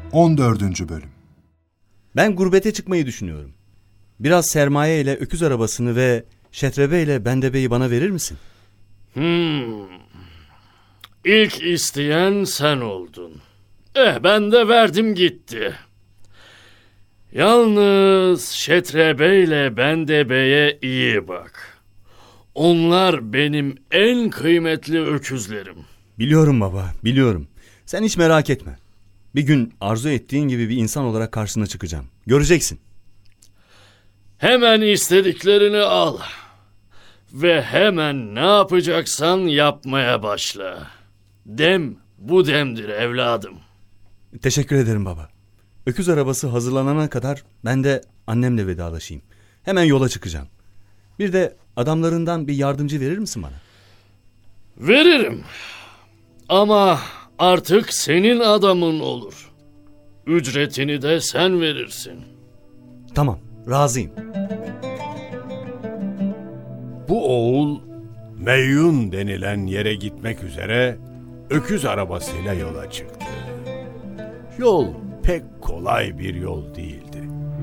14. Bölüm. Ben gurbete çıkmayı düşünüyorum. Biraz sermaye ile öküz arabasını ve şetrebe ile bendebeyi bana verir misin? İlk isteyen sen oldun. Ben de verdim gitti. Yalnız şetrebe ile bendebeye iyi bak. Onlar benim en kıymetli öküzlerim. Biliyorum baba, biliyorum. Sen hiç merak etme. Bir gün arzu ettiğin gibi bir insan olarak karşına çıkacağım. Göreceksin. Hemen istediklerini al. Ve hemen ne yapacaksan yapmaya başla. Dem bu demdir evladım. Teşekkür ederim baba. Öküz arabası hazırlanana kadar ben de annemle vedalaşayım. Hemen yola çıkacağım. Bir de adamlarından bir yardımcı verir misin bana? Veririm. Ama artık senin adamın olur. Ücretini de sen verirsin. Tamam, razıyım. Bu oğul Meyyun denilen yere gitmek üzere öküz arabasıyla yola çıktı. Yol pek kolay bir yol değildi.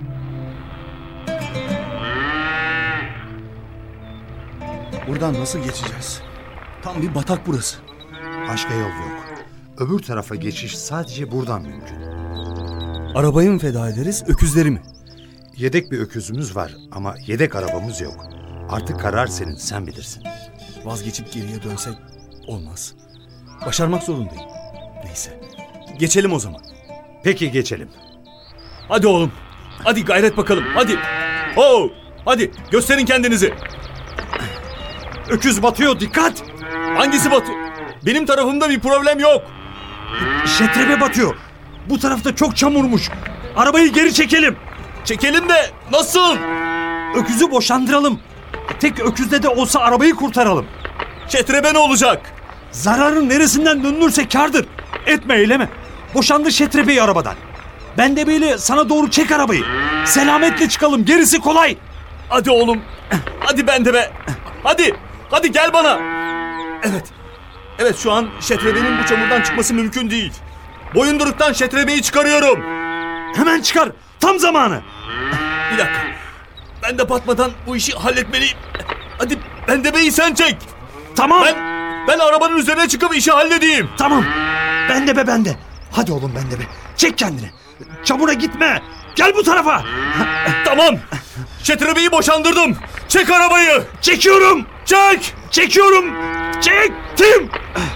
Buradan nasıl geçeceğiz? Tam bir batak burası. Başka yol yok. Öbür tarafa geçiş sadece buradan mümkün. Arabayı mı feda ederiz, öküzleri mi? Yedek bir öküzümüz var ama yedek arabamız yok. Artık karar senin, sen bilirsin. Vazgeçip geriye dönsek olmaz. Başarmak zorundayım. Neyse, geçelim o zaman. Peki geçelim. Hadi oğlum, hadi gayret bakalım, hadi. Hadi gösterin kendinizi. Öküz batıyor, dikkat! Hangisi batıyor? Benim tarafımda bir problem yok. Şetrebe batıyor. Bu tarafta çok çamurmuş. Arabayı geri çekelim. Çekelim de nasıl? Öküzü boşandıralım. Tek öküzde de olsa arabayı kurtaralım. Şetrebe ne olacak? Zararın neresinden dönülürse kârdır. Etme, eyleme. Boşandır şetrebeyi arabadan. Bendebeyle sana doğru çek arabayı. Selametle çıkalım, gerisi kolay. Hadi oğlum. Hadi bendebe. Hadi gel bana. Evet, şu an şetrebenin bu çamurdan çıkması mümkün değil. Boyunduruktan şetrebeyi çıkarıyorum. Hemen çıkar, tam zamanı. Bir dakika. Ben de batmadan bu işi halletmeliyim. Hadi bendebeyi sen çek. Tamam. Ben arabanın üzerine çıkıp işi halledeyim. Tamam. Bendebe bende. Hadi oğlum bendebe. Çek kendini. Çamura gitme. Gel bu tarafa. Tamam. Şetrebeyi boşandırdım. Çek arabayı. Çekiyorum. Çek. Çekiyorum. Çektim.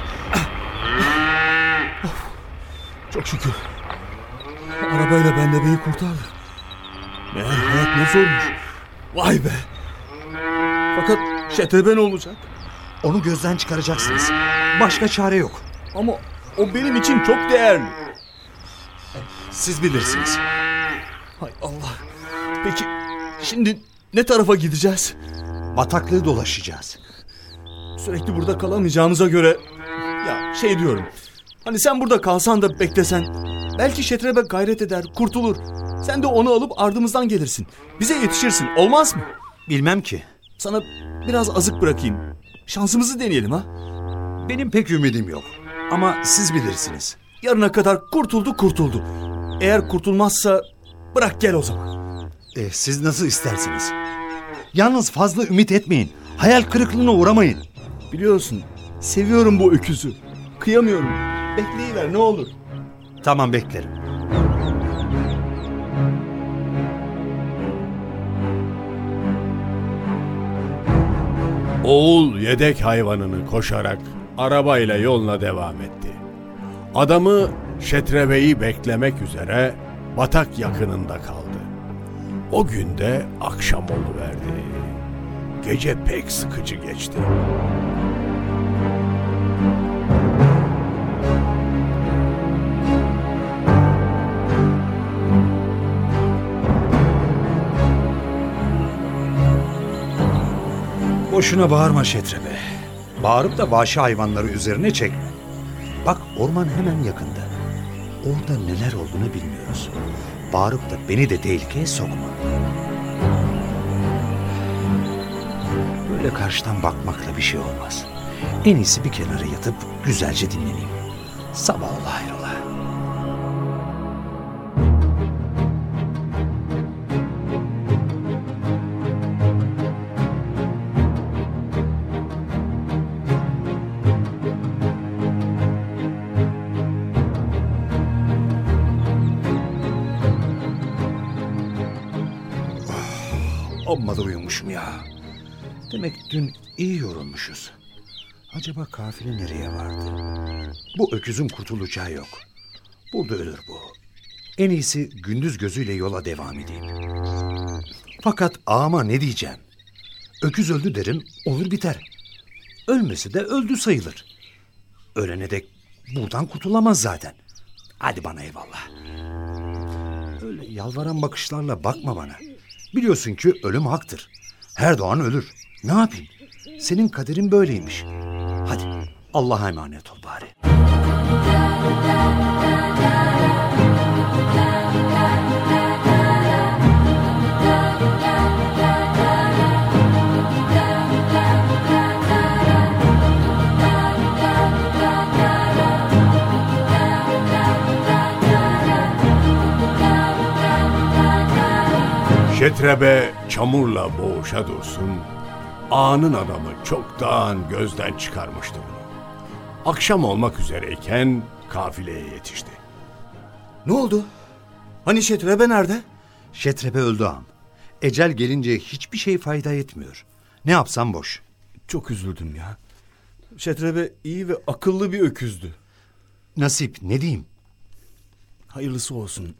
Çok şükür. Arabayla bendebeyi kurtardı. Meğer hayat ne zormuş. Vay be. Fakat şetrebe ne olacak? Onu gözden çıkaracaksınız. Başka çare yok. Ama o benim için çok değerli. Siz bilirsiniz. Hay Allah. Peki şimdi ne tarafa gideceğiz? Bataklığı dolaşacağız. Sürekli burada kalamayacağımıza göre... Ya diyorum. Hani sen burada kalsan da beklesen... Belki şetrebe gayret eder, kurtulur. Sen de onu alıp ardımızdan gelirsin. Bize yetişirsin, olmaz mı? Bilmem ki. Sana biraz azık bırakayım. Şansımızı deneyelim ha. Benim pek ümidim yok. Ama siz bilirsiniz. Yarına kadar kurtuldu. Eğer kurtulmazsa bırak gel o zaman. Siz nasıl istersiniz. Yalnız fazla ümit etmeyin. Hayal kırıklığına uğramayın. Biliyorsun, seviyorum bu öküzü. Kıyamıyorum. Bekleyiver ne olur. Tamam, beklerim. Oğul yedek hayvanını koşarak arabayla yoluna devam etti. Adamı şetrebeyi beklemek üzere batak yakınında kaldı. O gün de akşam oluverdi. Gece pek sıkıcı geçti. Boşuna bağırma şetrebe. Bağırıp da vahşi hayvanları üzerine çekme. Bak, orman hemen yakında. Orada neler olduğunu bilmiyoruz. Bağırıp da beni de tehlikeye sokma. Böyle karşıdan bakmakla bir şey olmaz. En iyisi bir kenara yatıp güzelce dinleneyim. Sabah ola hayrola. Amma da uyumuşum ya. Demek dün iyi yorulmuşuz. Acaba kafile nereye vardı? Bu öküzün kurtulacağı yok. Burada ölür bu. En iyisi gündüz gözüyle yola devam edeyim. Fakat ağama ne diyeceğim? Öküz öldü derim, olur biter. Ölmesi de öldü sayılır. Ölene dek buradan kurtulamaz zaten. Hadi bana eyvallah. Öyle yalvaran bakışlarla bakma bana. Biliyorsun ki ölüm haktır. Her doğan ölür. Ne yapayım? Senin kaderin böyleymiş. Hadi Allah'a emanet ol bari. Şetrebe çamurla boğuşa dursun, ağanın adamı çoktan gözden çıkarmıştı bunu. Akşam olmak üzereyken kafileye yetişti. Ne oldu? Hani Şetrebe nerede? Şetrebe öldü ağam. Ecel gelince hiçbir şey fayda etmiyor. Ne yapsam boş. Çok üzüldüm ya. Şetrebe iyi ve akıllı bir öküzdü. Nasip ne diyeyim? Hayırlısı olsun.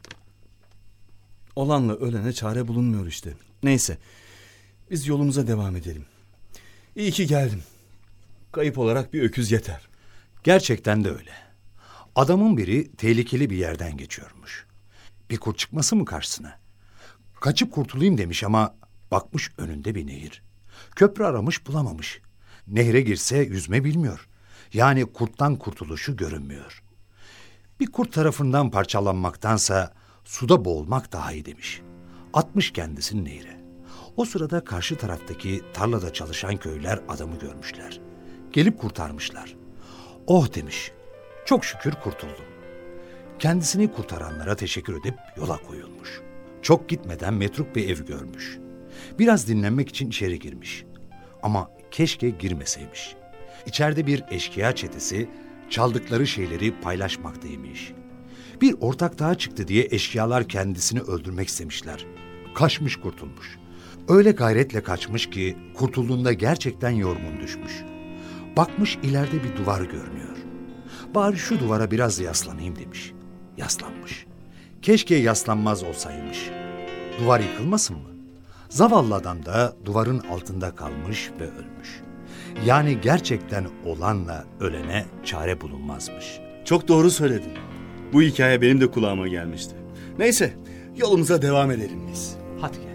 Olanla ölene çare bulunmuyor işte. Neyse. Biz yolumuza devam edelim. İyi ki geldim. Kayıp olarak bir öküz yeter. Gerçekten de öyle. Adamın biri tehlikeli bir yerden geçiyormuş. Bir kurt çıkması mı karşısına? Kaçıp kurtulayım demiş ama bakmış önünde bir nehir. Köprü aramış bulamamış. Nehre girse yüzme bilmiyor. Yani kurttan kurtuluşu görünmüyor. Bir kurt tarafından parçalanmaktansa suda boğulmak daha iyi demiş. Atmış kendisini nehre. O sırada karşı taraftaki tarlada çalışan köylüler adamı görmüşler. Gelip kurtarmışlar. Oh demiş, çok şükür kurtuldum. Kendisini kurtaranlara teşekkür edip yola koyulmuş. Çok gitmeden metruk bir ev görmüş. Biraz dinlenmek için içeri girmiş. Ama keşke girmeseymiş. İçeride bir eşkıya çetesi çaldıkları şeyleri paylaşmaktaymış. Bir ortak daha çıktı diye eşkıyalar kendisini öldürmek istemişler. Kaçmış kurtulmuş. Öyle gayretle kaçmış ki kurtulduğunda gerçekten yorgun düşmüş. Bakmış ileride bir duvar görünüyor. Bari şu duvara biraz yaslanayım demiş. Yaslanmış. Keşke yaslanmaz olsaymış. Duvar yıkılmasın mı? Zavallı adam da duvarın altında kalmış ve ölmüş. Yani gerçekten olanla ölene çare bulunmazmış. Çok doğru söyledin. Bu hikaye benim de kulağıma gelmişti. Neyse, yolumuza devam edelim biz. Hadi gel.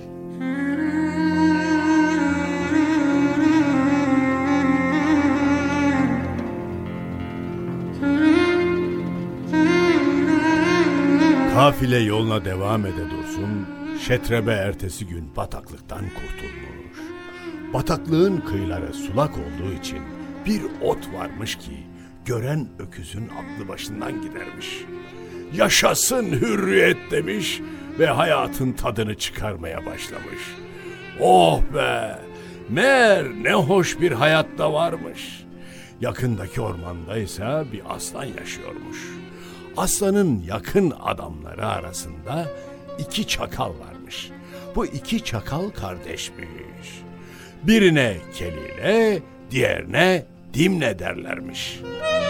Kafile yoluna devam ede dursun, Şetrebe ertesi gün bataklıktan kurtulmuş. Bataklığın kıyıları sulak olduğu için bir ot varmış ki gören öküzün aklı başından gidermiş. Yaşasın hürriyet demiş ve hayatın tadını çıkarmaya başlamış. Oh be! Meğer ne hoş bir hayat da varmış. Yakındaki ormanda ise bir aslan yaşıyormuş. Aslanın yakın adamları arasında 2 çakal varmış. Bu 2 çakal kardeşmiş. Birine Kelile, diğerine Dimne derlermiş.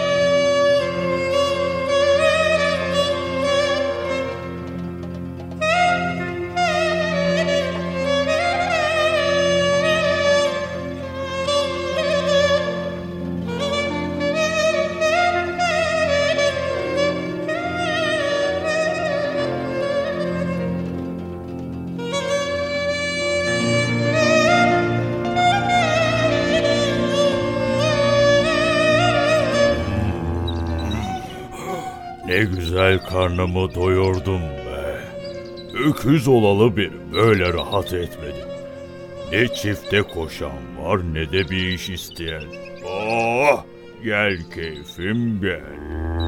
Ne güzel karnımı doyurdum be. Öküz olalı bir böyle rahat etmedim. Ne çifte koşan var ne de bir iş isteyen. Oh, gel keyfim gel.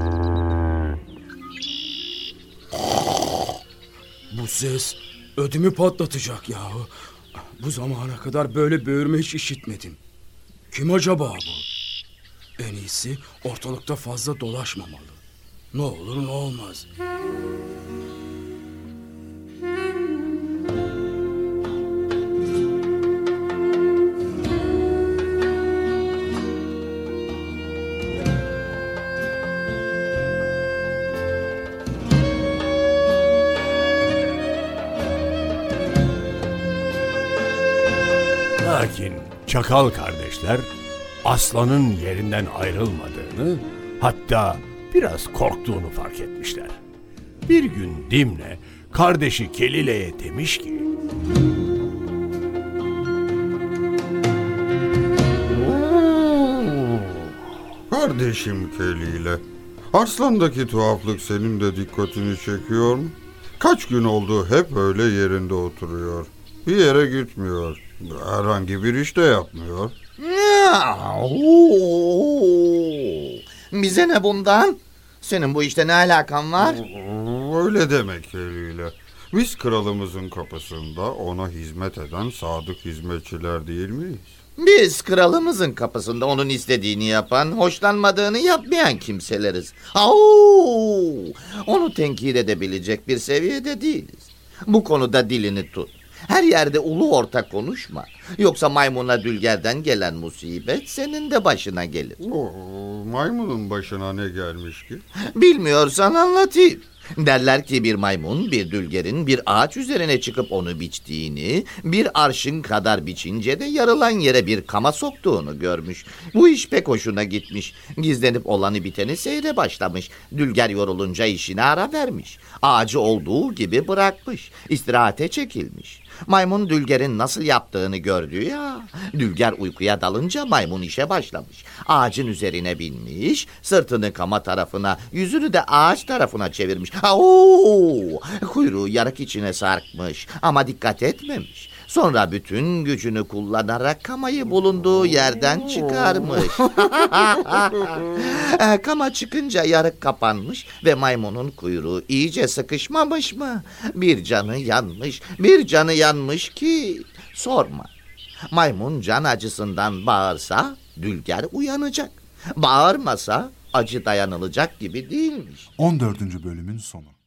Bu ses ödümü patlatacak yahu. Bu zamana kadar böyle böğürme hiç işitmedim. Kim acaba bu? En iyisi ortalıkta fazla dolaşmamalı. Ne olur ne olmaz. Çakal kardeşler aslanın yerinden ayrılmadığını, hatta biraz korktuğunu fark etmişler. Bir gün Dimne kardeşi Kelile'ye demiş ki: Kardeşim Kelile, Arslan'daki tuhaflık senin de dikkatini çekiyor mu? Kaç gün oldu hep öyle yerinde oturuyor. Bir yere gitmiyor. Herhangi bir iş de yapmıyor. Bize ne bundan? Senin bu işte ne alakan var? Öyle demek Kelile. Biz kralımızın kapısında ona hizmet eden sadık hizmetçiler değil miyiz? Biz kralımızın kapısında onun istediğini yapan, hoşlanmadığını yapmayan kimseleriz. Onu tenkit edebilecek bir seviyede değiliz. Bu konuda dilini tut. Her yerde ulu orta konuşma. Yoksa maymuna dülgerden gelen musibet senin de başına gelir. Maymunun başına ne gelmiş ki? Bilmiyorsan anlatayım. Derler ki bir maymun bir dülgerin bir ağaç üzerine çıkıp onu biçtiğini, bir arşın kadar biçince de yarılan yere bir kama soktuğunu görmüş. Bu iş pek hoşuna gitmiş. Gizlenip olanı biteni seyre başlamış. Dülger yorulunca işine ara vermiş. Ağacı olduğu gibi bırakmış. İstirahate çekilmiş. Maymun dülgerin nasıl yaptığını gördü ya. Dülger uykuya dalınca maymun işe başlamış. Ağacın üzerine binmiş, sırtını kama tarafına, yüzünü de ağaç tarafına çevirmiş. Kuyruğu yarık içine sarkmış ama dikkat etmemiş. Sonra bütün gücünü kullanarak kamayı bulunduğu yerden çıkarmış. Kama çıkınca yarık kapanmış ve maymunun kuyruğu iyice sıkışmamış mı? Bir canı yanmış ki sorma. Maymun can acısından bağırsa dülger uyanacak. Bağırmasa acı dayanılacak gibi değilmiş. 14. bölümün sonu.